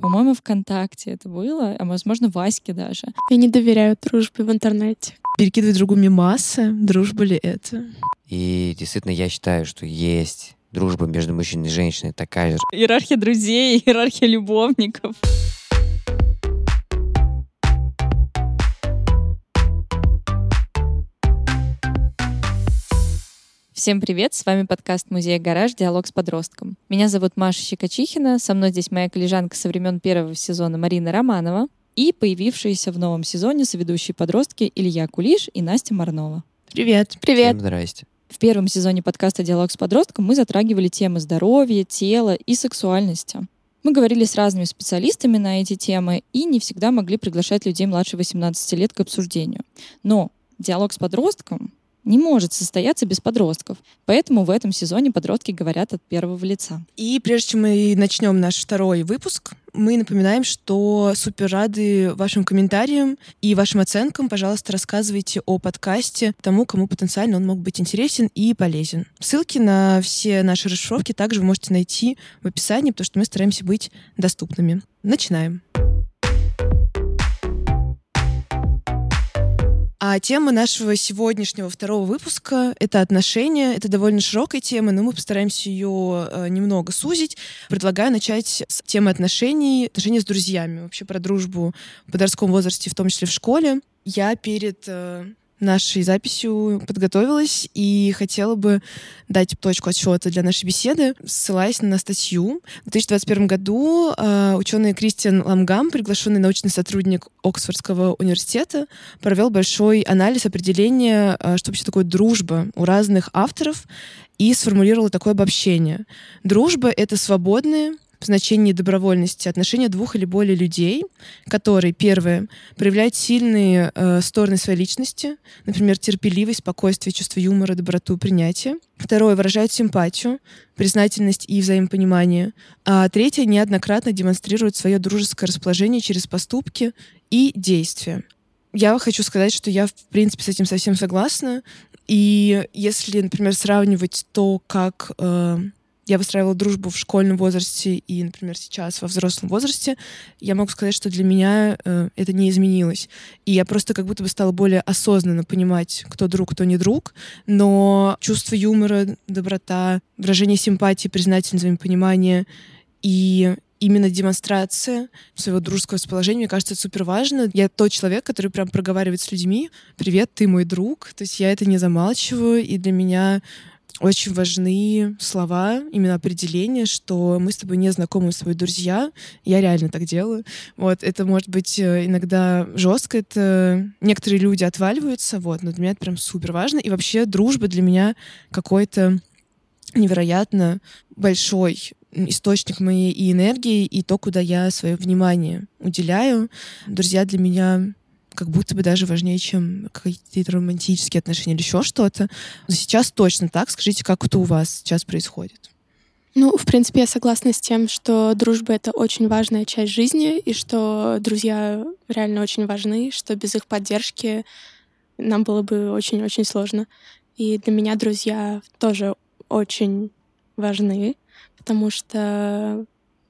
По-моему, ВКонтакте это было, а возможно, в Ваське даже. Я не доверяю дружбе в интернете. Перекидывать другу мемасы, дружба ли это? И действительно, я считаю, что есть дружба между мужчиной и женщиной такая же. Иерархия друзей, иерархия любовников. Всем привет, с вами подкаст «Музей Гараж. Диалог с подростком». Меня зовут Маша Щекочихина, со мной здесь моя коллежанка со времен первого сезона Марина Романова и появившиеся в новом сезоне соведущие подростки Илья Кулиш и Настя Марнова. Привет. Привет. Всем здрасте. В первом сезоне подкаста «Диалог с подростком» мы затрагивали темы здоровья, тела и сексуальности. Мы говорили с разными специалистами на эти темы и не всегда могли приглашать людей младше 18 лет к обсуждению. Но диалог с подростком не может состояться без подростков. Поэтому в этом сезоне подростки говорят от первого лица. И прежде чем мы начнем наш второй выпуск, мы напоминаем, что супер рады вашим комментариям и вашим оценкам. Пожалуйста, рассказывайте о подкасте тому, кому потенциально он мог быть интересен и полезен. Ссылки на все наши расшифровки также вы можете найти в описании, потому что мы стараемся быть доступными. Начинаем. А тема нашего сегодняшнего второго выпуска — это отношения. Это довольно широкая тема, но мы постараемся ее немного сузить. Предлагаю начать с темы отношений с друзьями. Вообще про дружбу в подростковом возрасте, в том числе в школе. Я перед нашей записью подготовилась и хотела бы дать точку отсчета для нашей беседы, ссылаясь на статью. В 2021 году ученый Кристиан Ламгам, приглашенный научный сотрудник Оксфордского университета, провел большой анализ определения, что вообще такое дружба у разных авторов, и сформулировал такое обобщение. Дружба — это свободные, в значении добровольности отношения двух или более людей, которые, первое, проявляют сильные стороны своей личности, например, терпеливость, спокойствие, чувство юмора, доброту, принятие. Второе, выражают симпатию, признательность и взаимопонимание. А третье, неоднократно демонстрируют свое дружеское расположение через поступки и действия. Я хочу сказать, что я, в принципе, с этим совсем согласна. И если, например, сравнивать то, как я выстраивала дружбу в школьном возрасте и, например, сейчас во взрослом возрасте, я могу сказать, что для меня это не изменилось. И я просто как будто бы стала более осознанно понимать, кто друг, кто не друг. Но чувство юмора, доброта, выражение симпатии, признательность, взаимопонимание и именно демонстрация своего дружеского расположения, мне кажется, это супер важно. Я тот человек, который прям проговаривает с людьми: «Привет, ты мой друг». То есть я это не замалчиваю, и для меня очень важны слова, именно определение, что мы с тобой не знакомы, мы с тобой друзья. Я реально так делаю. Вот. Это может быть иногда жестко, это некоторые люди отваливаются, вот, но для меня это прям супер важно. И вообще дружба для меня какой-то невероятно большой источник моей и энергии, и то, куда я свое внимание уделяю. Друзья для меня как будто бы даже важнее, чем какие-то романтические отношения или еще что-то. Но сейчас точно так. Скажите, как это у вас сейчас происходит? Ну, в принципе, я согласна с тем, что дружба — это очень важная часть жизни, и что друзья реально очень важны, что без их поддержки нам было бы очень-очень сложно. И для меня друзья тоже очень важны, потому что,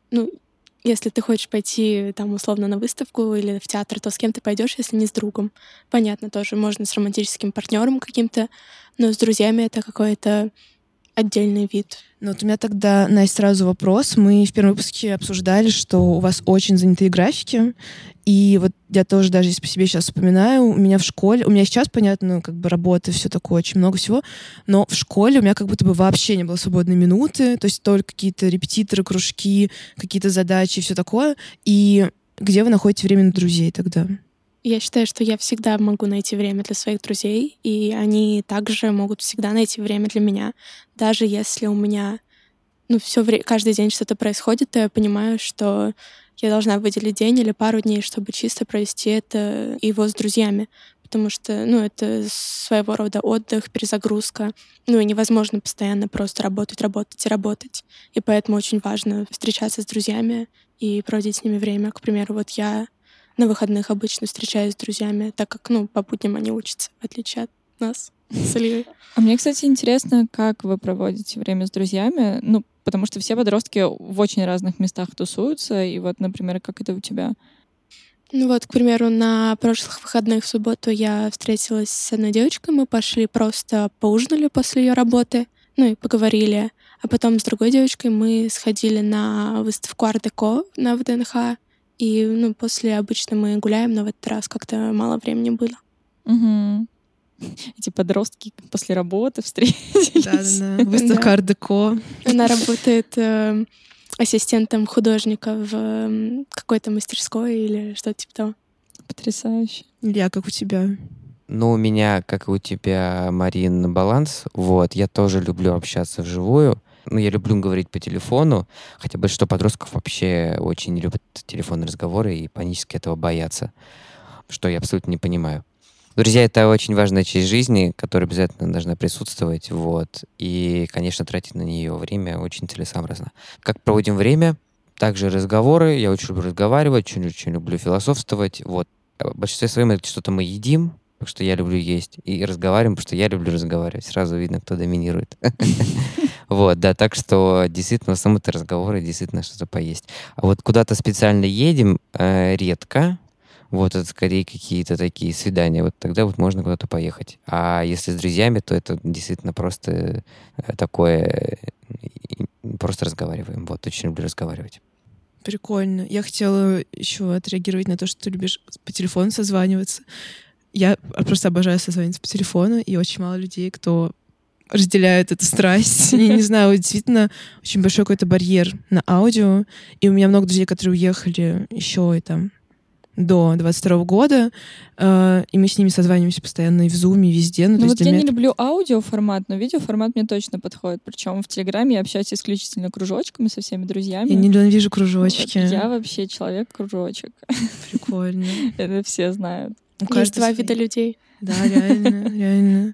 если ты хочешь пойти там условно на выставку или в театр, то с кем ты пойдешь, если не с другом? Понятно, тоже можно с романтическим партнером каким-то, но с друзьями это какой-то отдельный вид. Ну вот у меня тогда, Настя, сразу вопрос. Мы в первом выпуске обсуждали, что у вас очень занятые графики. И вот я тоже даже по себе сейчас вспоминаю, у меня сейчас, понятно, как бы работа, все такое, очень много всего, но в школе у меня как будто бы вообще не было свободной минуты, то есть только какие-то репетиторы, кружки, какие-то задачи и все такое. И где вы находите время на друзей тогда? Я считаю, что я всегда могу найти время для своих друзей, и они также могут всегда найти время для меня. Даже если у меня каждый день что-то происходит, то я понимаю, что я должна выделить день или пару дней, чтобы чисто провести это его с друзьями. Потому что, это своего рода отдых, перезагрузка. И невозможно постоянно просто работать. И поэтому очень важно встречаться с друзьями и проводить с ними время. К примеру, вот я на выходных обычно встречаюсь с друзьями, так как, по будням они учатся, в отличие от нас. с Оливией. А мне, кстати, интересно, как вы проводите время с друзьями. Ну, потому что все подростки в очень разных местах тусуются. И вот, например, как это у тебя? Ну вот, к примеру, на прошлых выходных в субботу я встретилась с одной девочкой, мы пошли просто поужинали после ее работы, ну и поговорили. А потом с другой девочкой мы сходили на выставку Art-Deco на ВДНХ. И, ну, после обычно мы гуляем, но в этот раз как-то мало времени было. Угу. Эти подростки после работы встретились. Да. Выставка Art-Deco. Она работает ассистентом художника в какой-то мастерской или что-то типа того. Потрясающе. Илья, как у тебя? Ну, у меня, как и у тебя, Марин, баланс. Вот, я тоже люблю общаться вживую. Ну, я люблю говорить по телефону, хотя большинство подростков вообще очень не любят телефонные разговоры и панически этого боятся, что я абсолютно не понимаю. Друзья — это очень важная часть жизни, которая обязательно должна присутствовать, вот. И, конечно, тратить на нее время очень целесообразно. Как проводим время? Также разговоры. Я очень люблю разговаривать, очень люблю философствовать, вот. В большинстве своем это что-то мы едим, потому что я люблю есть, и разговариваем, потому что я люблю разговаривать. Сразу видно, кто доминирует. Вот, да, так что действительно, в основном это разговоры, действительно что-то поесть. А вот куда-то специально едем редко. Вот это скорее какие-то такие свидания. Вот тогда вот можно куда-то поехать. А если с друзьями, то это действительно просто такое... Просто разговариваем. Вот, очень люблю разговаривать. Прикольно. Я хотела еще отреагировать на то, что ты любишь по телефону созваниваться. Я просто обожаю созваниваться по телефону, и очень мало людей, кто разделяют эту страсть. Я не знаю, действительно очень большой какой-то барьер на аудио. И у меня много друзей, которые уехали еще и там до 22 года, и мы с ними созваниваемся постоянно и в Zoom, и везде. Ну вот я не люблю аудиоформат, но видеоформат мне точно подходит. Причем в Телеграме я общаюсь исключительно кружочками со всеми друзьями. Я ненавижу кружочки. Вот. Я вообще человек-кружочек. Прикольно. Это все знают. Есть два вида людей. Да, реально.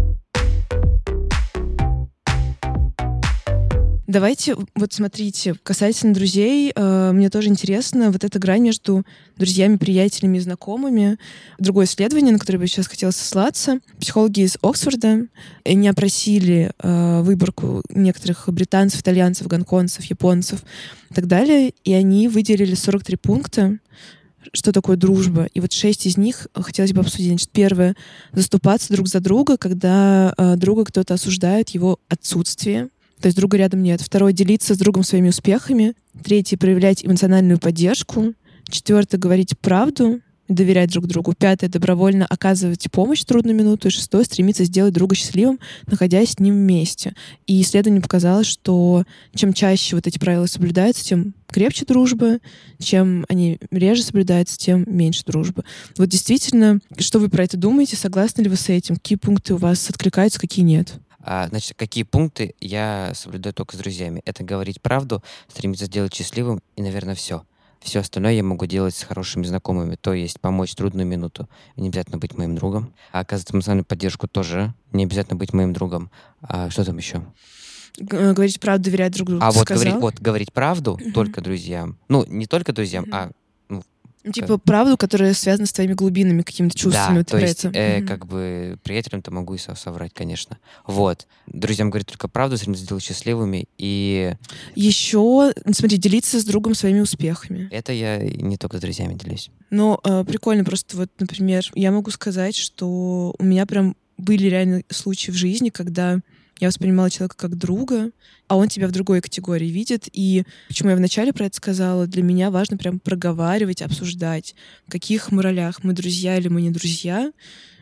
Давайте, вот смотрите, касательно друзей, мне тоже интересно вот эта грань между друзьями, приятелями и знакомыми. Другое исследование, на которое бы я сейчас хотела сослаться. Психологи из Оксфорда не опросили выборку некоторых британцев, итальянцев, гонконгцев, японцев и так далее, и они выделили 43 пункта, что такое дружба. И вот 6 из них хотелось бы обсудить. Значит, первое — заступаться друг за друга, когда друга кто-то осуждает его отсутствие. То есть друга рядом нет. Второе — делиться с другом своими успехами. Третье — проявлять эмоциональную поддержку. Четвертое — говорить правду, доверять друг другу. Пятое — добровольно оказывать помощь в трудную минуту. И шестое — стремиться сделать друга счастливым, находясь с ним вместе. И исследование показало, что чем чаще вот эти правила соблюдаются, тем крепче дружба, чем они реже соблюдаются, тем меньше дружбы. Вот действительно, что вы про это думаете? Согласны ли вы с этим? Какие пункты у вас откликаются, какие нет? Значит, какие пункты я соблюдаю только с друзьями? Это говорить правду, стремиться сделать счастливым и, наверное, все. Все остальное я могу делать с хорошими знакомыми, то есть помочь в трудную минуту. Не обязательно быть моим другом. А оказывать эмоциональную поддержку тоже не обязательно быть моим другом. А что там еще? Говорить правду, доверять друг другу. Говорить правду только друзьям. Ну, не только друзьям, а типа правду, которая связана с твоими глубинами, какими-то чувствами. Да, то есть как бы приятелям-то могу и соврать, конечно. Вот. Друзьям говорить только правду, стремиться сделать счастливыми и... Еще, смотри, делиться с другом своими успехами. Это я не только с друзьями делюсь. Ну, прикольно просто вот, например, я могу сказать, что у меня прям были реально случаи в жизни, когда я воспринимала человека как друга, а он тебя в другой категории видит. И почему я вначале про это сказала, для меня важно прям проговаривать, обсуждать, в каких мы ролях, мы друзья или мы не друзья,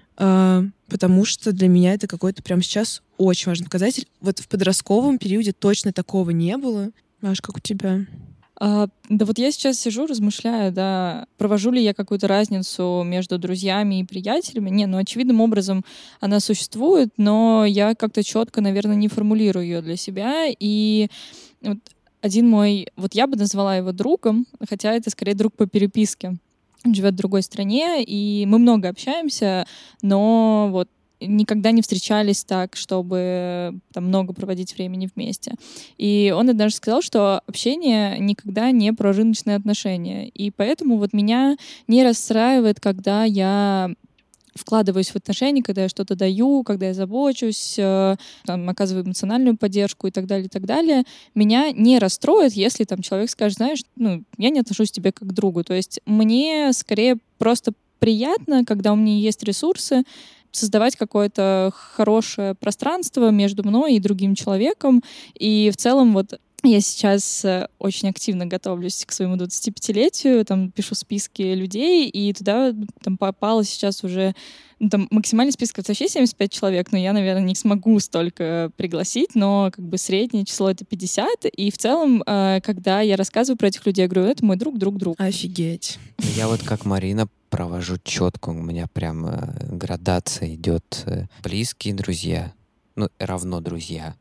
потому что для меня это какой-то прямо сейчас очень важный показатель. Вот в подростковом периоде точно такого не было. Маш, как у тебя? Да вот я сейчас сижу, размышляю, да, провожу ли я какую-то разницу между друзьями и приятелями. Не, ну, очевидным образом она существует, но я как-то четко, наверное, не формулирую ее для себя. И вот один мой, вот я бы назвала его другом, хотя это скорее друг по переписке. Он живет в другой стране, и мы много общаемся, но вот никогда не встречались так, чтобы там много проводить времени вместе. И он однажды сказал, что общение никогда не про рыночные отношения. И поэтому вот меня не расстраивает, когда я вкладываюсь в отношения, когда я что-то даю, когда я забочусь, там, оказываю эмоциональную поддержку и так далее, и так далее, меня не расстроит, если там человек скажет, знаешь, я не отношусь к тебе как к другу. То есть мне скорее просто приятно, когда у меня есть ресурсы, создавать какое-то хорошее пространство между мной и другим человеком. И в целом вот я сейчас очень активно готовлюсь к своему 25-летию, там пишу списки людей, и туда там попало сейчас уже там максимальный список это вообще 75 человек, но я, наверное, не смогу столько пригласить, но как бы среднее число это 50, и в целом, когда я рассказываю про этих людей, я говорю, это мой друг. Офигеть. Я вот как Марина провожу четко, у меня прям градация идет. Близкие друзья, равно друзья.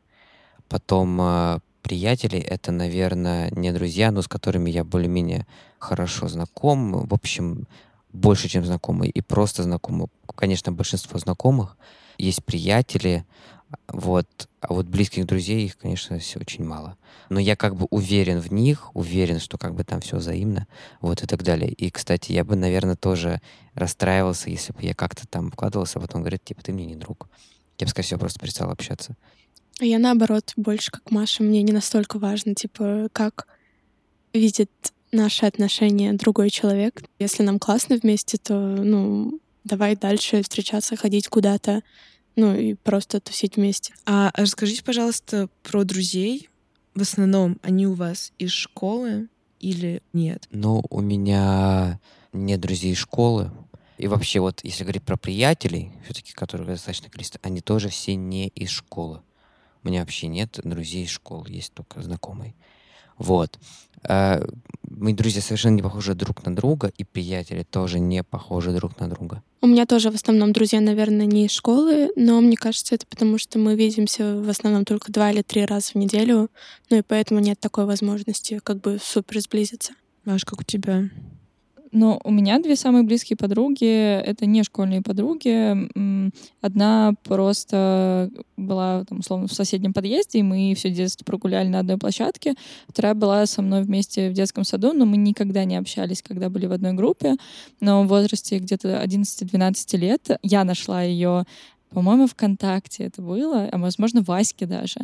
Потом приятели — это, наверное, не друзья, но с которыми я более-менее хорошо знаком. В общем, больше, чем знакомые. И просто знакомые. Конечно, большинство знакомых. Есть приятели. Вот. А вот близких друзей, их, конечно, очень мало. Но я как бы уверен в них, уверен, что как бы там все взаимно, вот и так далее. И, кстати, я бы, наверное, тоже расстраивался, если бы я как-то там вкладывался, а потом говорит, типа, ты мне не друг. Я бы, скорее всего, просто перестал общаться. А я, наоборот, больше как Маша. Мне не настолько важно, типа, как видит наши отношения другой человек. Если нам классно вместе, то, давай дальше встречаться, ходить куда-то, и просто тусить вместе. А расскажите, пожалуйста, про друзей. В основном они у вас из школы или нет? У меня нет друзей из школы. И вообще, вот если говорить про приятелей, все-таки, которых достаточно количество, они тоже все не из школы. У меня вообще нет друзей из школы, есть только знакомые. Вот. Мои друзья совершенно не похожи друг на друга, и приятели тоже не похожи друг на друга. У меня тоже в основном друзья, наверное, не из школы, но мне кажется, это потому, что мы видимся в основном только 2 или 3 раза в неделю, и поэтому нет такой возможности как бы супер сблизиться. Маш, как у тебя? Но у меня 2 самые близкие подруги — это не школьные подруги. Одна просто была, там, условно, в соседнем подъезде, и мы все детство прогуляли на одной площадке. Вторая была со мной вместе в детском саду, но мы никогда не общались, когда были в одной группе. Но в возрасте где-то 11-12 лет я нашла ее, по-моему, ВКонтакте это было, а возможно, в Аське даже.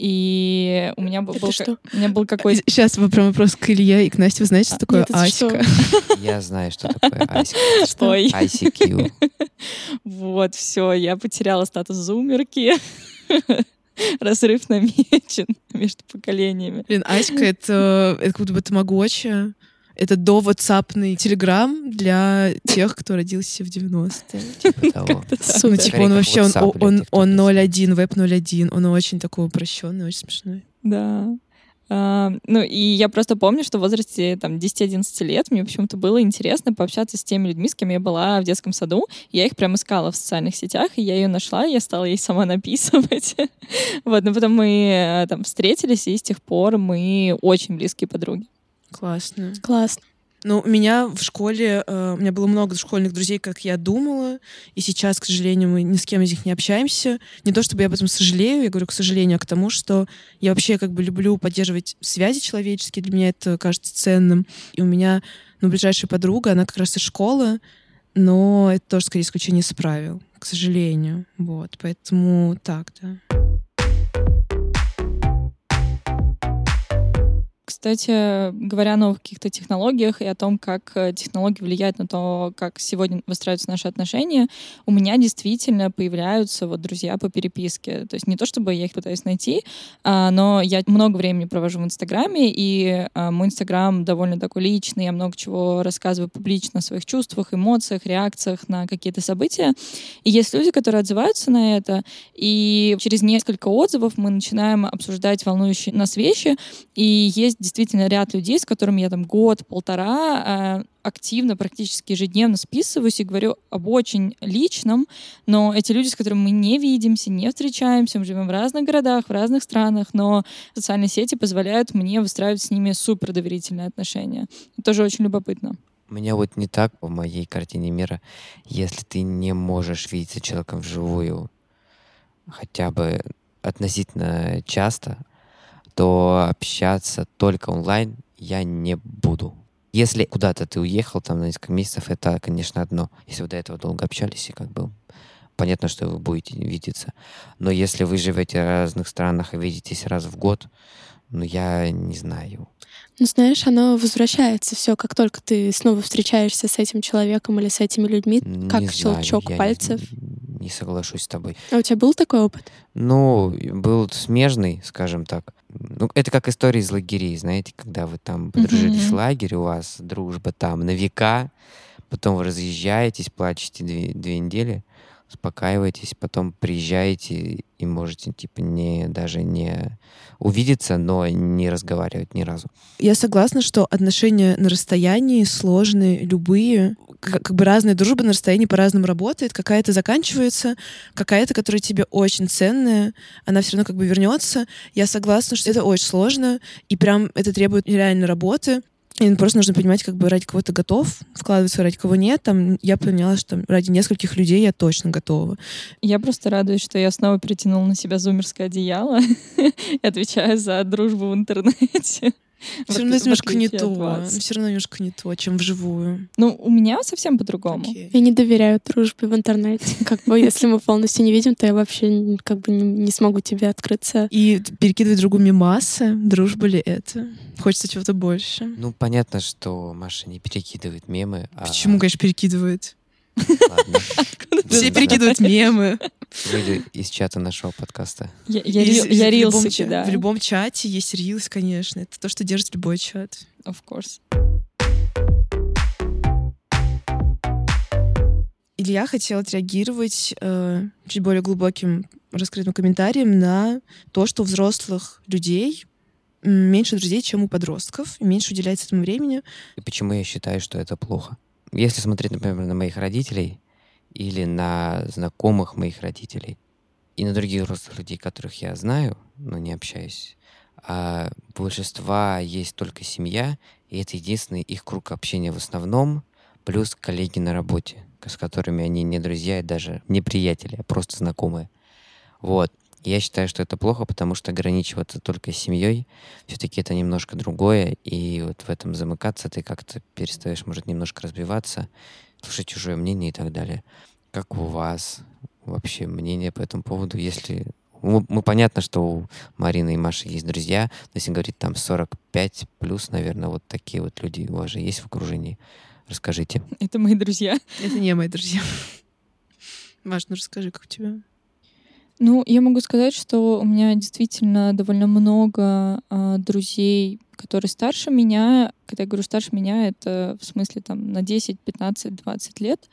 И у меня был какой-то... Сейчас вопрос к Илье и к Насте. Вы знаете, что такое Аська? Я знаю, что такое Аська. Ой. ICQ. Вот, все, я потеряла статус зумерки. Разрыв намечен между поколениями. Блин, Аська — это как будто бы тамагочи. Это до WhatsApp-ный Telegram для тех, кто родился в 90-е. Типа того. Он вообще, он 0.1, веб 0.1. Он очень такой упрощенный, очень смешной. Да. И я просто помню, что в возрасте там 10-11 лет мне почему-то было интересно пообщаться с теми людьми, с кем я была в детском саду. Я их прям искала в социальных сетях, и я ее нашла, и я стала ей сама написывать. Вот, но потом мы там встретились, и с тех пор мы очень близкие подруги. Классно. Классно. У меня в школе, у меня было много школьных друзей, как я думала, и сейчас, к сожалению, мы ни с кем из них не общаемся. Не то чтобы я об этом сожалею, я говорю к сожалению, а к тому, что я вообще как бы люблю поддерживать связи человеческие, для меня это кажется ценным. И у меня, ближайшая подруга, она как раз из школы, но это тоже, скорее, исключение из правил, к сожалению. Вот, поэтому так, да. Кстати, говоря о новых каких-то технологиях и о том, как технологии влияют на то, как сегодня выстраиваются наши отношения, у меня действительно появляются друзья по переписке. То есть не то, чтобы я их пытаюсь найти, но я много времени провожу в Инстаграме, и мой Инстаграм довольно такой личный, я много чего рассказываю публично о своих чувствах, эмоциях, реакциях на какие-то события. И есть люди, которые отзываются на это, и через несколько отзывов мы начинаем обсуждать волнующие нас вещи, и есть действительно ряд людей, с которыми я там год-полтора активно, практически ежедневно списываюсь и говорю об очень личном, но эти люди, с которыми мы не видимся, не встречаемся, мы живем в разных городах, в разных странах, но социальные сети позволяют мне выстраивать с ними супер доверительные отношения. Это тоже очень любопытно. У меня вот не так по моей картине мира. Если ты не можешь видеться с человеком вживую хотя бы относительно часто, то общаться только онлайн я не буду. Если куда-то ты уехал там на несколько месяцев, это, конечно, одно. Если вы до этого долго общались, и как бы понятно, что вы будете видеться. Но если вы живете в разных странах и видитесь раз в год, ну, я не знаю. Ну, знаешь, оно возвращается все, как только ты снова встречаешься с этим человеком или с этими людьми, Не как знаю, щелчок я пальцев. не соглашусь с тобой. А у тебя был такой опыт? Ну, был смежный, скажем так. Ну, это как история из лагерей, знаете, когда вы там подружились в лагере, у вас дружба там на века, потом вы разъезжаетесь, плачете две недели, успокаиваетесь, потом приезжаете и можете, типа, даже не увидеться, но не разговаривать ни разу. Я согласна, что отношения на расстоянии сложные, любые. Как бы разная дружба на расстоянии по-разному работает. Какая-то заканчивается, какая-то, которая тебе очень ценная, она все равно как бы вернется. Я согласна, что это очень сложно, и прям это требует реальной работы. И просто нужно понимать, как бы ради кого ты готов вкладываться, ради кого нет. Там, я поняла, что ради нескольких людей я точно готова. Я просто радуюсь, что я снова притянула на себя зумерское одеяло и отвечаю за дружбу в интернете. Все равно немножко не то. Вас. Все равно немножко не то, чем вживую. Ну, у меня совсем по-другому. Окей. Я не доверяю дружбе в интернете. Как бы, если мы полностью не видим, то я вообще как бы не смогу тебе открыться. И перекидывать другу мемасы, дружба ли это? Хочется чего-то больше. Ну, понятно, что Маша не перекидывает мемы. Почему, конечно, перекидывает? Ладно, Все перекидывают мемы. выйду из чата нашего подкаста. Я В рилсы кидаю. любом чате есть рилс, конечно. Это то, что держит любой чат. Of course. Илья хотел отреагировать чуть более глубоким раскрытым комментарием на то, что у взрослых людей меньше друзей, чем у подростков, и меньше уделяется этому времени. И почему я считаю, что это плохо? Если смотреть, например, на моих родителей или на знакомых моих родителей и на других взрослых людей, которых я знаю, но не общаюсь, а у большинства есть только семья, и это единственный их круг общения в основном, плюс коллеги на работе, с которыми они не друзья и даже не приятели, а просто знакомые. Вот. Я считаю, что это плохо, потому что ограничиваться только семьей, все-таки это немножко другое, и вот в этом замыкаться ты как-то перестаешь, может, немножко разбиваться, слушать чужое мнение и так далее. Как у вас вообще мнение по этому поводу? Если мы понятно, что у Марины и Маши есть друзья, но если говорить там 45 плюс, наверное, вот такие вот люди у вас же есть в окружении. Расскажите. Это мои друзья. Это не мои друзья. Маш, ну расскажи, как у тебя? Ну, я могу сказать, что у меня действительно довольно много друзей, которые старше меня. Когда я говорю старше меня, это в смысле там на 10, 15, 20 лет.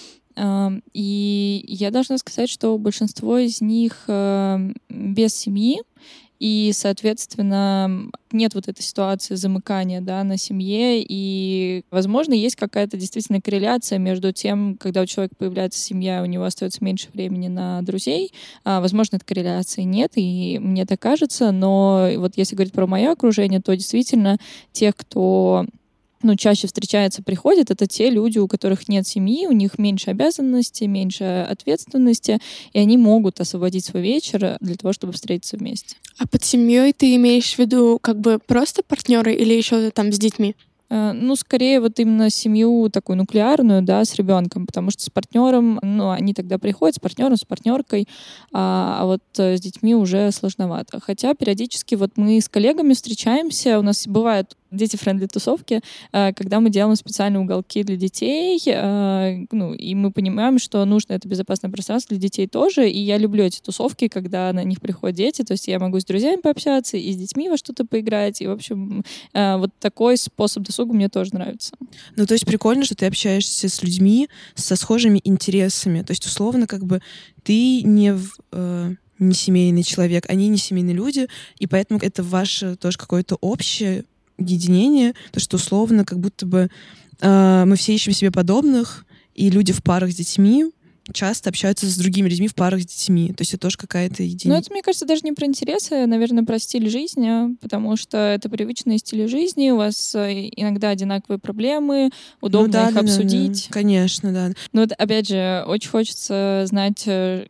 И я должна сказать, что большинство из них без семьи, и, соответственно, нет вот этой ситуации замыкания, да, на семье, и, возможно, есть какая-то действительно корреляция между тем, когда у человека появляется семья, у него остается меньше времени на друзей. Возможно, этой корреляции нет, и мне так кажется, но вот если говорить про мое окружение, то действительно тех, кто чаще встречается, приходят, это те люди, у которых нет семьи, у них меньше обязанностей, меньше ответственности, и они могут освободить свой вечер для того, чтобы встретиться вместе. А под семьей ты имеешь в виду как бы просто партнеры или еще там с детьми? Ну, скорее вот именно семью такую нуклеарную, да, с ребенком, потому что с партнером, они тогда приходят с партнером, с партнеркой, а вот с детьми уже сложновато. Хотя периодически вот мы с коллегами встречаемся, у нас бывают дети-френдли тусовки, когда мы делаем специальные уголки для детей, и мы понимаем, что нужно это безопасное пространство для детей тоже, и я люблю эти тусовки, когда на них приходят дети, то есть я могу с друзьями пообщаться и с детьми во что-то поиграть, и, в общем, вот такой способ досуга мне тоже нравится. Ну, то есть прикольно, что ты общаешься с людьми со схожими интересами, то есть, условно, как бы ты не семейный человек, они не семейные люди, и поэтому это ваше тоже какое-то общее единение, то, что условно как будто бы мы все ищем себе подобных, и люди в парах с детьми часто общаются с другими людьми в парах с детьми. То есть это тоже какая-то единица. Ну, это, мне кажется, даже не про интересы, а, наверное, про стиль жизни, потому что это привычные стили жизни, у вас иногда одинаковые проблемы, удобно их обсудить. Да. Конечно, да. Но вот, опять же, очень хочется знать,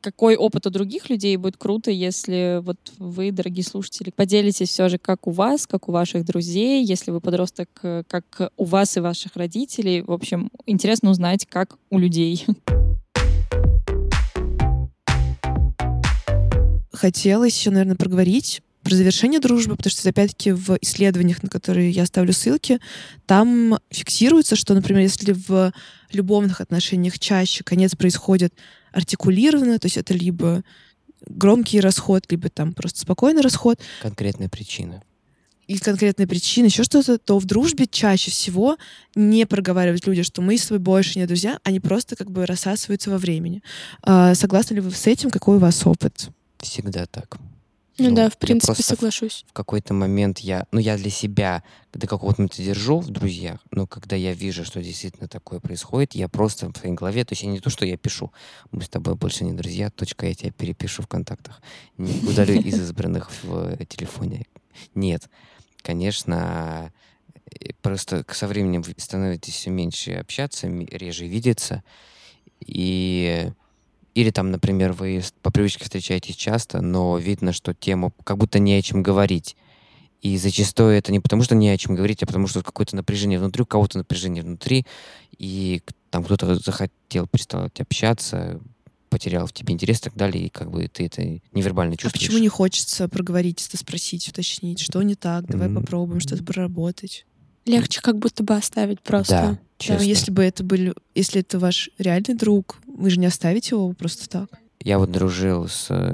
какой опыт у других людей. Будет круто, если вот вы, дорогие слушатели, поделитесь все же, как у вас, как у ваших друзей, если вы подросток, как у вас и ваших родителей. В общем, интересно узнать, как у людей. Хотелось еще, наверное, проговорить про завершение дружбы, потому что, опять-таки, в исследованиях, на которые я ставлю ссылки, там фиксируется, что, например, если в любовных отношениях чаще конец происходит артикулированно, то есть это либо громкий расход, либо там просто спокойный расход. Конкретная причина. И конкретная причина, еще что-то, то в дружбе чаще всего не проговаривают люди, что мы с тобой больше не друзья, они просто как бы рассасываются во времени. Согласны ли вы с этим? Какой у вас опыт? Всегда так. Ну да, в я принципе, просто соглашусь. В какой-то момент я для себя до какого-то момента держу в друзьях, но когда я вижу, что действительно такое происходит, я просто в своей голове, то есть я не то, что я пишу, мы с тобой больше не друзья, точка, я тебя перепишу в контактах, не удалю из избранных в телефоне. Нет, конечно, просто со временем вы становитесь все меньше общаться, реже видеться, или там, например, вы по привычке встречаетесь часто, но видно, что тему как будто не о чем говорить. И зачастую это не потому, что не о чем говорить, а потому что какое-то напряжение внутри, у кого-то напряжение внутри, и там кто-то захотел, перестал общаться, потерял в тебе интерес и так далее, и как бы ты это невербально чувствуешь. А почему не хочется проговорить это, спросить, уточнить, что не так, давай попробуем что-то проработать? Легче как будто бы оставить просто. Да, честно. Но если это ваш реальный друг, вы же не оставите его просто так. Я вот дружил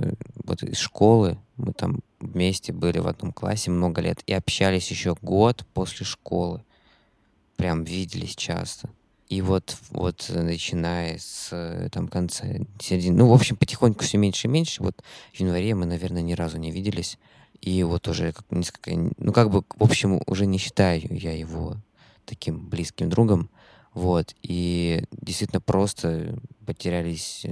из школы, мы там вместе были в одном классе много лет и общались еще год после школы. Прям виделись часто. И вот начиная с там конца середины, в общем, потихоньку все меньше и меньше. Вот в январе мы, наверное, ни разу не виделись. И вот уже в общем, уже не считаю я его таким близким другом. Вот. И действительно просто потерялись,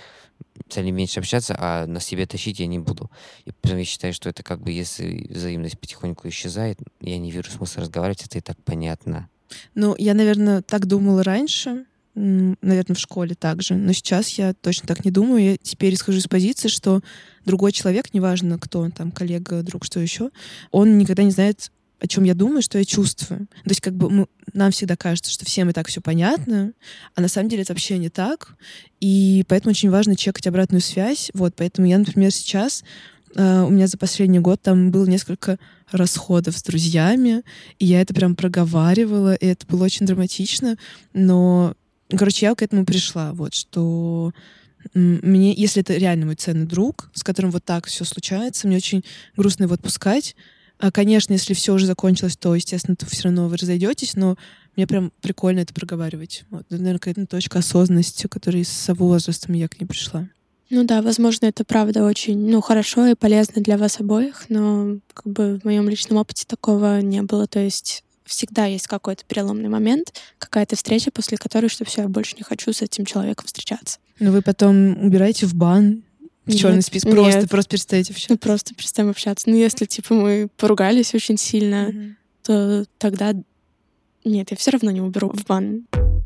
стали меньше общаться, а на себе тащить я не буду. И прям я считаю, что это как бы, если взаимность потихоньку исчезает, я не вижу смысла разговаривать, это и так понятно. Ну, я, наверное, так думала раньше, наверное, в школе также, но сейчас я точно так не думаю. Я теперь исхожу из позиции, что другой человек, неважно кто он, там, коллега, друг, что еще, он никогда не знает, о чем я думаю, что я чувствую. То есть как бы нам всегда кажется, что всем и так все понятно, а на самом деле это вообще не так. И поэтому очень важно чекать обратную связь. Вот, поэтому я, например, сейчас у меня за последний год там было несколько расходов с друзьями, и я это прям проговаривала, и это было очень драматично, но, короче, я к этому пришла, вот, что мне, если это реально мой ценный друг, с которым вот так все случается, мне очень грустно его отпускать. Конечно, если все уже закончилось, то, естественно, все равно вы разойдетесь, но мне прям прикольно это проговаривать. Вот, наверное, какая-то точка осознанности, которая со возрастом я к ней пришла. Ну да, возможно, это правда очень, хорошо и полезно для вас обоих, но как бы в моем личном опыте такого не было. То есть всегда есть какой-то переломный момент, какая-то встреча, после которой, что все, я больше не хочу с этим человеком встречаться. Но вы потом убираете в бан, в черный список, просто перестаете общаться. Просто перестаем общаться. Если, мы поругались очень сильно, то тогда нет, я все равно не уберу в бан.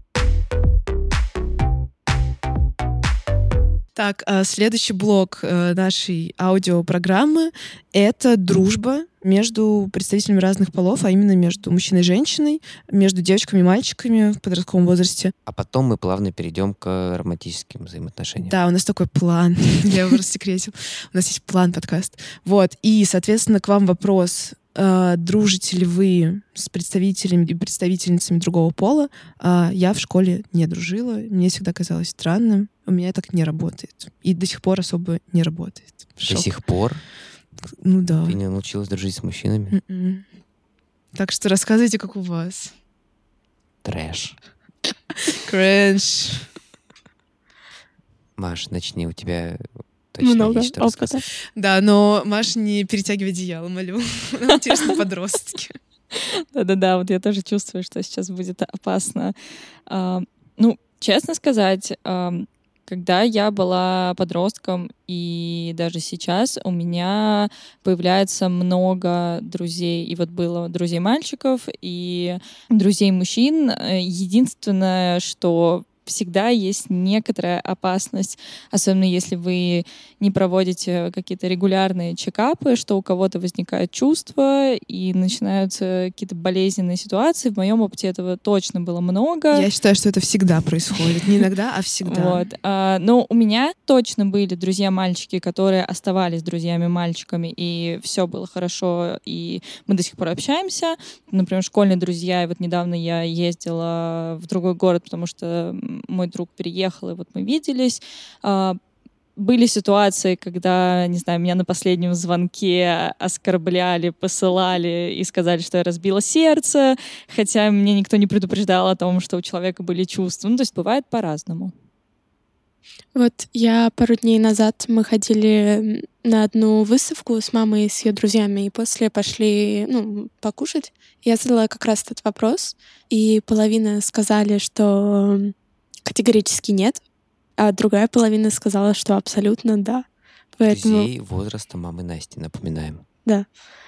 Так, следующий блок нашей аудиопрограммы — это дружба между представителями разных полов, а именно между мужчиной и женщиной, между девочками и мальчиками в подростковом возрасте. А потом мы плавно перейдем к романтическим взаимоотношениям. Да, у нас такой план. Я его рассекретил. У нас есть план подкаст. Вот. И, соответственно, к вам вопрос. Дружите ли вы с представителями и представительницами другого пола? Я в школе не дружила. Мне всегда казалось странным. У меня так не работает. И до сих пор особо не работает. До сих пор? Ну да. Ты не научилась дружить с мужчинами? Так что рассказывайте, как у вас. Трэш. Кринж. Маш, начни, у тебя точно много есть что опыта. рассказать. Да, но Маш, не перетягивай одеяло, молю. Нам интересно подростки. Да-да-да, вот я тоже чувствую, что сейчас будет опасно. Честно сказать, когда я была подростком и даже сейчас у меня появляется много друзей. И вот было друзей мальчиков и друзей мужчин. Единственное, что всегда есть некоторая опасность, особенно если вы не проводите какие-то регулярные чекапы, что у кого-то возникает чувство и начинаются какие-то болезненные ситуации. В моем опыте этого точно было много. Я считаю, что это всегда происходит. Не иногда, а всегда. Вот. Но у меня точно были друзья-мальчики, которые оставались друзьями-мальчиками, и все было хорошо, и мы до сих пор общаемся. Например, школьные друзья, и вот недавно я ездила в другой город, потому что мой друг переехал, и вот мы виделись. Были ситуации, когда, не знаю, меня на последнем звонке оскорбляли, посылали и сказали, что я разбила сердце, хотя мне никто не предупреждал о том, что у человека были чувства. Ну, то есть бывает по-разному. Вот пару дней назад мы ходили на одну выставку с мамой и с ее друзьями, и после пошли, покушать. Я задала как раз этот вопрос, и половина сказали, что категорически нет, а другая половина сказала, что абсолютно да. Поэтому... Друзей возраста мамы Насти, напоминаем. Да.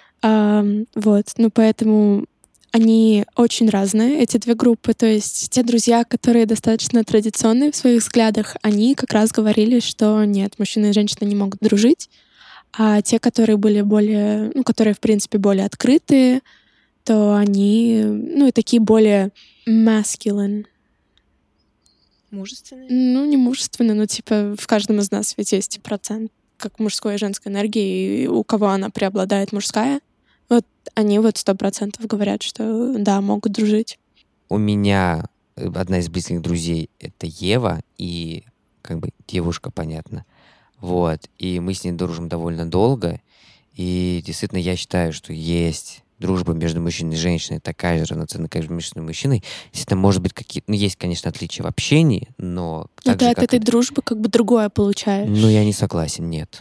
Поэтому они очень разные, эти две группы. То есть те друзья, которые достаточно традиционные в своих взглядах, они как раз говорили, что нет, мужчина и женщина не могут дружить. А те, которые были более, которые, в принципе, более открытые, то они, и такие более masculine. Мужественные? Не мужественные, но в каждом из нас ведь есть процент как мужской и женской энергии, и у кого она преобладает мужская. Вот они 100% говорят, что да, могут дружить. У меня одна из близких друзей — это Ева, и девушка, понятно. Вот. И мы с ней дружим довольно долго, и действительно я считаю, что есть дружба между мужчиной и женщиной такая же равноценная, как между мужчиной и мужчиной. Действительно, может быть, какие-то... есть, конечно, отличия в общении, но... Но ты от этой дружбы другое получаешь. Я не согласен, нет.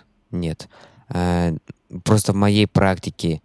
Просто в моей практике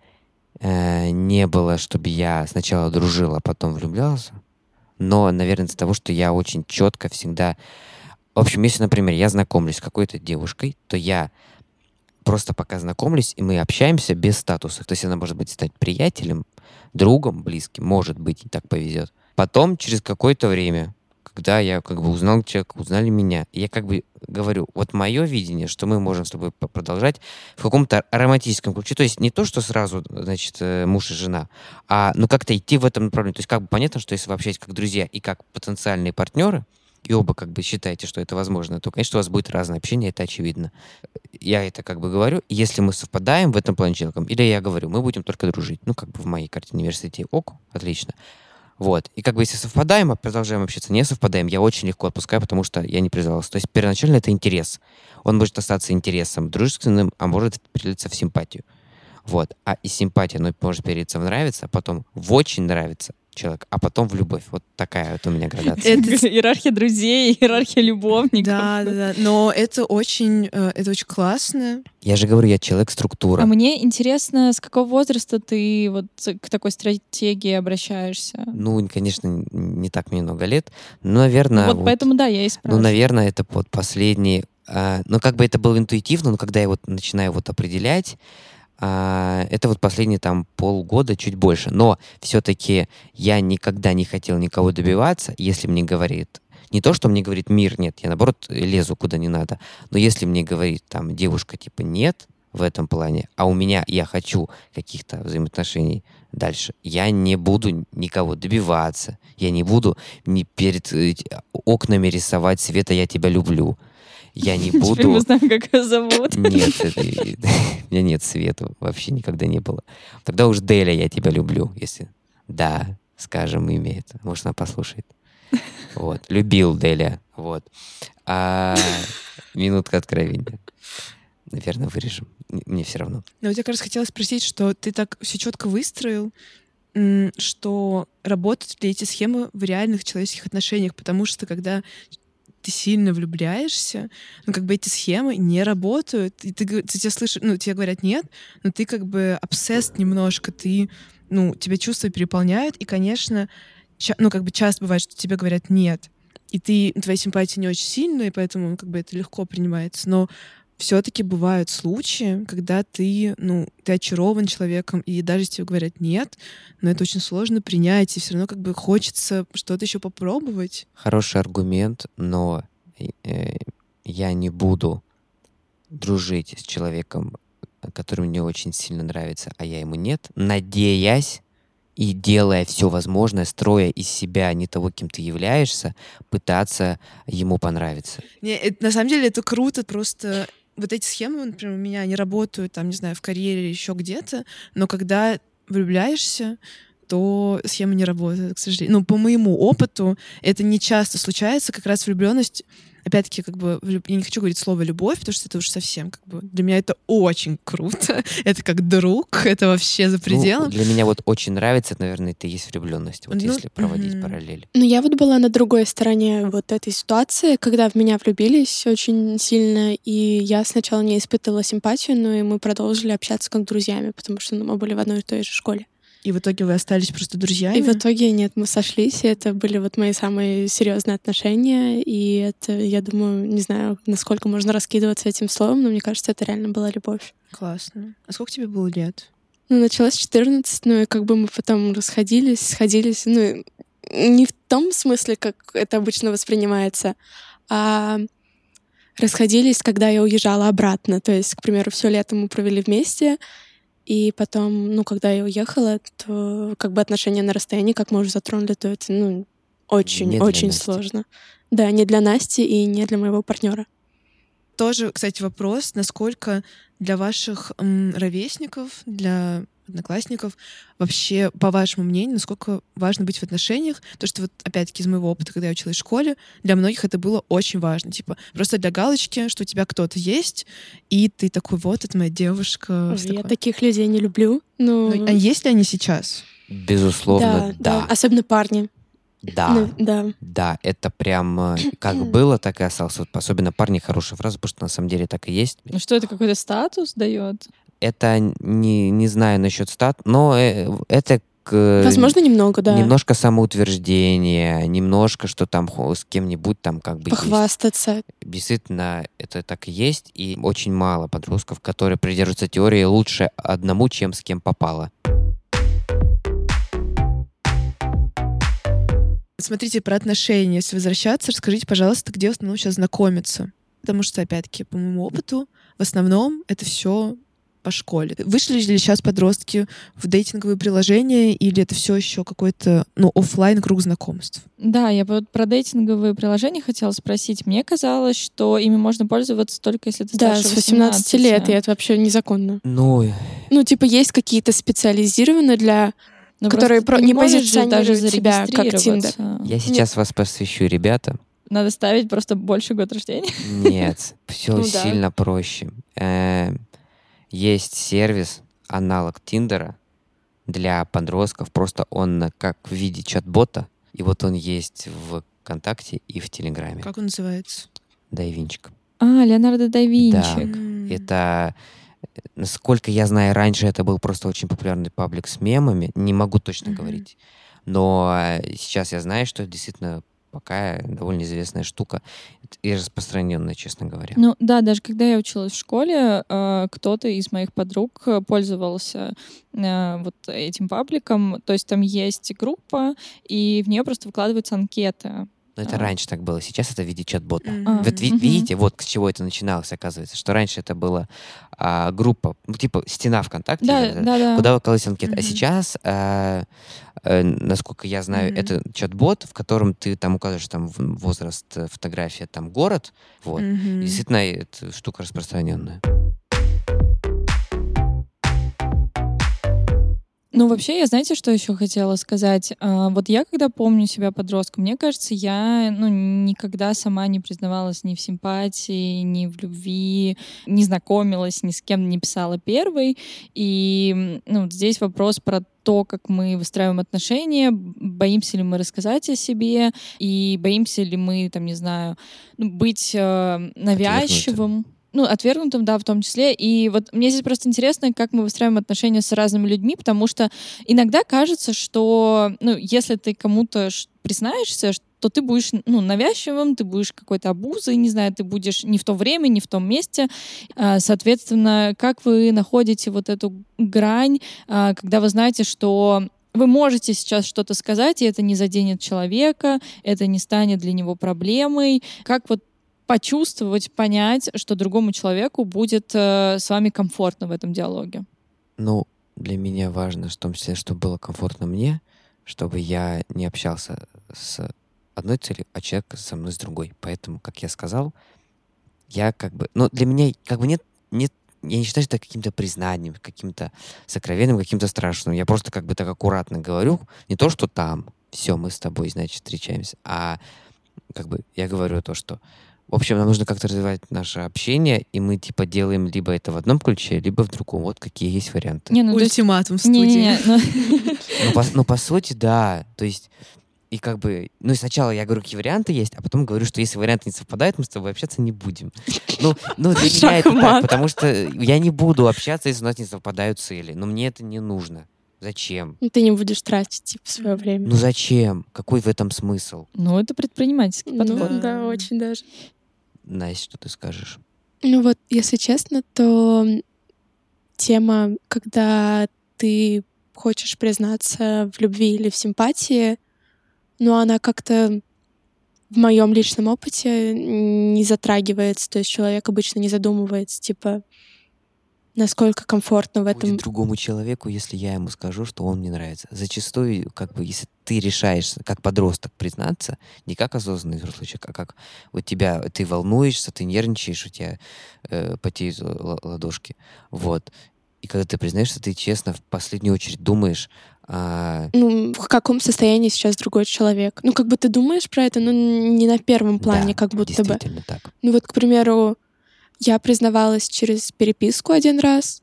не было, чтобы я сначала дружил, а потом влюблялся. Но, наверное, из-за того, что я очень четко всегда... В общем, если, например, я знакомлюсь с какой-то девушкой, то я просто пока знакомлюсь, и мы общаемся без статуса. То есть она может стать приятелем, другом, близким, может быть, и так повезет. Потом, через какое-то время, когда я узнал человека, узнали меня, я говорю, вот мое видение, что мы можем с тобой продолжать в каком-то романтическом ключе. То есть не то, что сразу, муж и жена, а как-то идти в этом направлении. То есть понятно, что если вы общаетесь как друзья и как потенциальные партнеры, и оба считаете, что это возможно, то, конечно, у вас будет разное общение, это очевидно. Я это говорю, если мы совпадаем в этом плане человеком, или я говорю, мы будем только дружить. В моей картине университете ок, отлично. Вот. И если совпадаем, а продолжаем общаться, не совпадаем, я очень легко отпускаю, потому что я не привязался. То есть первоначально это интерес. Он может остаться интересом дружественным, а может перелиться в симпатию. Вот. А из симпатии оно может перелиться в нравится, а потом в очень нравится человек, а потом в любовь. Вот такая у меня градация. Иерархия друзей, иерархия любовников. Да. Но это очень классно. Я же говорю, я человек-структура. А мне интересно, с какого возраста ты к такой стратегии обращаешься? Конечно, не так мне много лет. Но, наверное... Поэтому, да, я и спрашиваю. Наверное, это последний... это было интуитивно, но когда я начинаю определять, это последние полгода, чуть больше. Но все-таки я никогда не хотел никого добиваться, если мне говорит... Не то, что мне говорит мир, нет, я наоборот лезу куда не надо. Но если мне говорит девушка нет в этом плане, а у меня я хочу каких-то взаимоотношений дальше, я не буду никого добиваться, я не буду ни перед окнами рисовать «Света, я тебя люблю». Я не буду... Теперь мы знаем, как ее зовут. Нет, у меня нет Света, вообще никогда не было. Тогда уж Деля, я тебя люблю, если... Да, скажем имя это. Может, она послушает. Вот. Любил Деля. Вот. Минутка откровения. Наверное, вырежем. Мне все равно. Но я как раз хотела спросить, что ты так все четко выстроил, что работают ли эти схемы в реальных человеческих отношениях, потому что когда ты сильно влюбляешься, эти схемы не работают, и ты тебя слышишь, тебе говорят нет, но ты обсесс немножко, тебя чувства переполняют, и, конечно, часто бывает, что тебе говорят нет, и твоя симпатия не очень сильная, и поэтому это легко принимается, но все-таки бывают случаи, когда ты очарован человеком, и даже если тебе говорят нет, но это очень сложно принять, и все равно как бы хочется что-то еще попробовать. Хороший аргумент, но я не буду дружить с человеком, который мне очень сильно нравится, а я ему нет, надеясь и делая все возможное, строя из себя не того, кем ты являешься, пытаться ему понравиться. На самом деле это круто, просто вот эти схемы, например, у меня, они работают, там, не знаю, в карьере или еще где-то, но когда влюбляешься, то схема не работает, к сожалению. По моему опыту, это не часто случается, как раз влюбленность. Опять-таки, как бы, я не хочу говорить слово «любовь», потому что это уж совсем, как бы, для меня это очень круто. Это как друг, это вообще за пределом. Для меня вот очень нравится, это, наверное, это и есть влюбленность, вот если проводить параллель. Я вот была на другой стороне вот этой ситуации, когда в меня влюбились очень сильно, и я сначала не испытывала симпатию, но и мы продолжили общаться как друзьями, потому что мы были в одной и той же школе. И в итоге вы остались просто друзьями? И в итоге нет, мы сошлись, и это были вот мои самые серьезные отношения, и это, я думаю, не знаю, насколько можно раскидываться этим словом, но мне кажется, это реально была любовь. Классно. А сколько тебе было лет? Началось 14, и как бы мы потом расходились, сходились, не в том смысле, как это обычно воспринимается, а расходились, когда я уезжала обратно. То есть, к примеру, все лето мы провели вместе, и потом, когда я уехала, то как бы отношения на расстоянии, как мы уже затронули, то это, очень сложно. Да, не для Насти и не для моего партнера. Тоже, кстати, вопрос, насколько для ваших ровесников, для одноклассников вообще, по вашему мнению, насколько важно быть в отношениях? То, что вот, опять-таки, из моего опыта, когда я училась в школе, для многих это было очень важно. Типа, просто для галочки, что у тебя кто-то есть, и ты такой, вот, это моя девушка. Я таких людей не люблю. А есть ли они сейчас? Безусловно, да. Особенно парни. Да, это прям как было, так и осталось. Вот особенно парни — хорошая фраза, потому что на самом деле так и есть. Что это, какой-то статус дает? Это не знаю насчет но это возможно, немного, да. Немножко самоутверждение, немножко, что там с кем-нибудь там как бы похвастаться. Есть. Действительно, это так и есть. И очень мало подростков, которые придерживаются теории «лучше одному, чем с кем попало». Смотрите, про отношения, если возвращаться, расскажите, пожалуйста, где в основном сейчас знакомиться. Потому что, опять-таки, по моему опыту, в основном это все по школе. Вышли ли сейчас подростки в дейтинговые приложения, или это все еще какой-то, офлайн круг знакомств? Да, я вот про дейтинговые приложения хотела спросить. Мне казалось, что ими можно пользоваться только если ты старше 18. Да, с 18 лет, и это вообще незаконно. Есть какие-то специализированные для... которые не позиционируют себя как Тиндер. Я сейчас вас посвящу, ребята. Надо ставить просто больше год рождения? Нет, все сильно проще. Есть сервис, аналог Тиндера для подростков. Просто он как в виде чат-бота. И вот он есть в ВКонтакте и в Телеграме. Как он называется? Дайвинчик. Леонардо да Винчи. Да, это... Насколько я знаю, раньше это был просто очень популярный паблик с мемами. Не могу точно говорить. Но сейчас я знаю, что это действительно пока довольно известная штука и распространенная, честно говоря. Даже когда я училась в школе, кто-то из моих подруг пользовался вот этим пабликом. То есть там есть группа, и в нее просто выкладываются анкеты. Но это раньше так было, сейчас это в виде чат-бота. Вот видите, вот с чего это начиналось, оказывается, что раньше это была группа, типа стена ВКонтакте, куда выкладывались анкеты. А сейчас, насколько я знаю, это чат-бот, в котором ты там указываешь там возраст, фотография, там город. Вот. И действительно, это штука распространенная. Вообще, я, знаете, что еще хотела сказать? Вот я, когда помню себя подростком, мне кажется, я никогда сама не признавалась ни в симпатии, ни в любви, не знакомилась, ни с кем не писала первой. И здесь вопрос про то, как мы выстраиваем отношения, боимся ли мы рассказать о себе, и боимся ли мы, быть навязчивым. Отвергнутым, да, в том числе. И вот мне здесь просто интересно, как мы выстраиваем отношения с разными людьми, потому что иногда кажется, что, если ты кому-то признаешься, то ты будешь навязчивым, ты будешь какой-то обузой, не знаю, ты будешь не в то время, не в том месте. Соответственно, как вы находите вот эту грань, когда вы знаете, что вы можете сейчас что-то сказать, и это не заденет человека, это не станет для него проблемой. Как вот почувствовать, понять, что другому человеку будет с вами комфортно в этом диалоге? Ну, для меня важно, в том числе, чтобы было комфортно мне, чтобы я не общался с одной целью, а человек со мной с другой. Поэтому, как я сказал, я для меня нет, я не считаю это каким-то признанием, каким-то сокровенным, каким-то страшным. Я просто так аккуратно говорю, не то, что там, все, мы с тобой, значит, встречаемся, а я говорю то, что в общем, нам нужно как-то развивать наше общение, и мы делаем либо это в одном ключе, либо в другом. Вот какие есть варианты. Ультиматум в студии. По сути, да. То есть, и сначала я говорю, какие варианты есть, а потом говорю, что если варианты не совпадают, мы с тобой общаться не будем. Для меня это так, потому что я не буду общаться, если у нас не совпадают цели. Но мне это не нужно. Зачем? Ты не будешь тратить свое время. Зачем? Какой в этом смысл? Это предпринимательский подход. Да, очень даже. Настя, что ты скажешь? Если честно, то тема, когда ты хочешь признаться в любви или в симпатии, она как-то в моем личном опыте не затрагивается. То есть человек обычно не задумывается, насколько комфортно в этом. Будет другому человеку, если я ему скажу, что он мне нравится. Зачастую, если ты решаешь, как подросток, признаться, не как осознанный взрослый человек, а как ты волнуешься, ты нервничаешь, у тебя потеют ладошки. Вот. И когда ты признаешься, ты честно в последнюю очередь думаешь, в каком состоянии сейчас другой человек. Ты думаешь про это, но не на первом плане, да, как будто бы. Действительно так. К примеру, я признавалась через переписку один раз.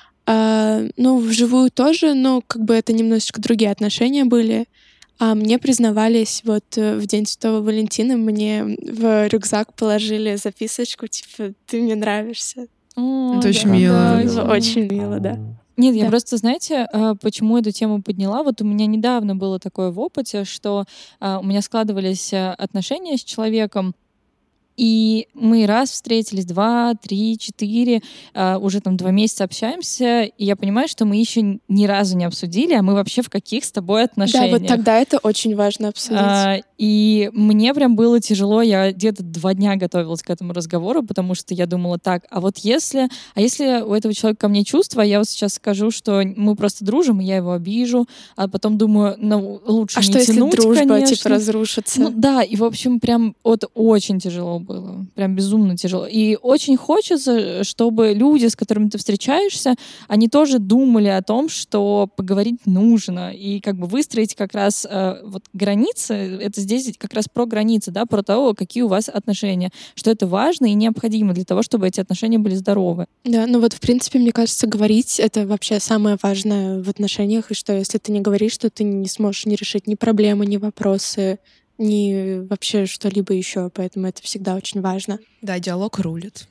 Вживую тоже, но это немножечко другие отношения были. А мне признавались в День Святого Валентина, мне в рюкзак положили записочку, «Ты мне нравишься». Это очень мило. Очень мило, да. Нет, я просто, знаете, почему эту тему подняла? У меня недавно было такое в опыте, что у меня складывались отношения с человеком, и мы раз встретились, 2, 3, 4, уже 2 месяца общаемся, и я понимаю, что мы еще ни разу не обсудили, а мы вообще в каких с тобой отношениях. Да, тогда это очень важно обсудить. И мне прям было тяжело, я где-то 2 дня готовилась к этому разговору, потому что я думала так, если у этого человека ко мне чувства, я сейчас скажу, что мы просто дружим, и я его обижу, а потом думаю, лучше не тянуть, конечно. А что, если дружба, разрушится? Да, и, в общем, прям очень тяжело было. Прям безумно тяжело. И очень хочется, чтобы люди, с которыми ты встречаешься, они тоже думали о том, что поговорить нужно. И выстроить как раз границы. Это здесь как раз про границы, да, про то, какие у вас отношения. Что это важно и необходимо для того, чтобы эти отношения были здоровы. Да, в принципе, мне кажется, говорить — это вообще самое важное в отношениях. И что, если ты не говоришь, то ты не сможешь не решить ни проблемы, ни вопросы, ни вообще что-либо еще, поэтому это всегда очень важно. Да, диалог рулит.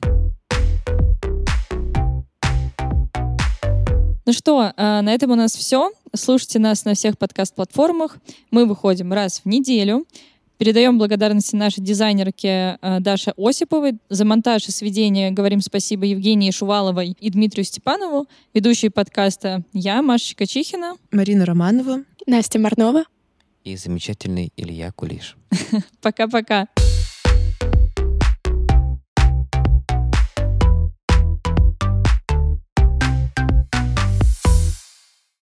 На этом у нас все. Слушайте нас на всех подкаст-платформах. Мы выходим раз в неделю. Передаем благодарности нашей дизайнерке Даше Осиповой. За монтаж и сведение говорим спасибо Евгении Шуваловой и Дмитрию Степанову. Ведущие подкаста я, Маша Качихина, Марина Романова, Настя Марнова и замечательный Илья Кулиш. Пока-пока.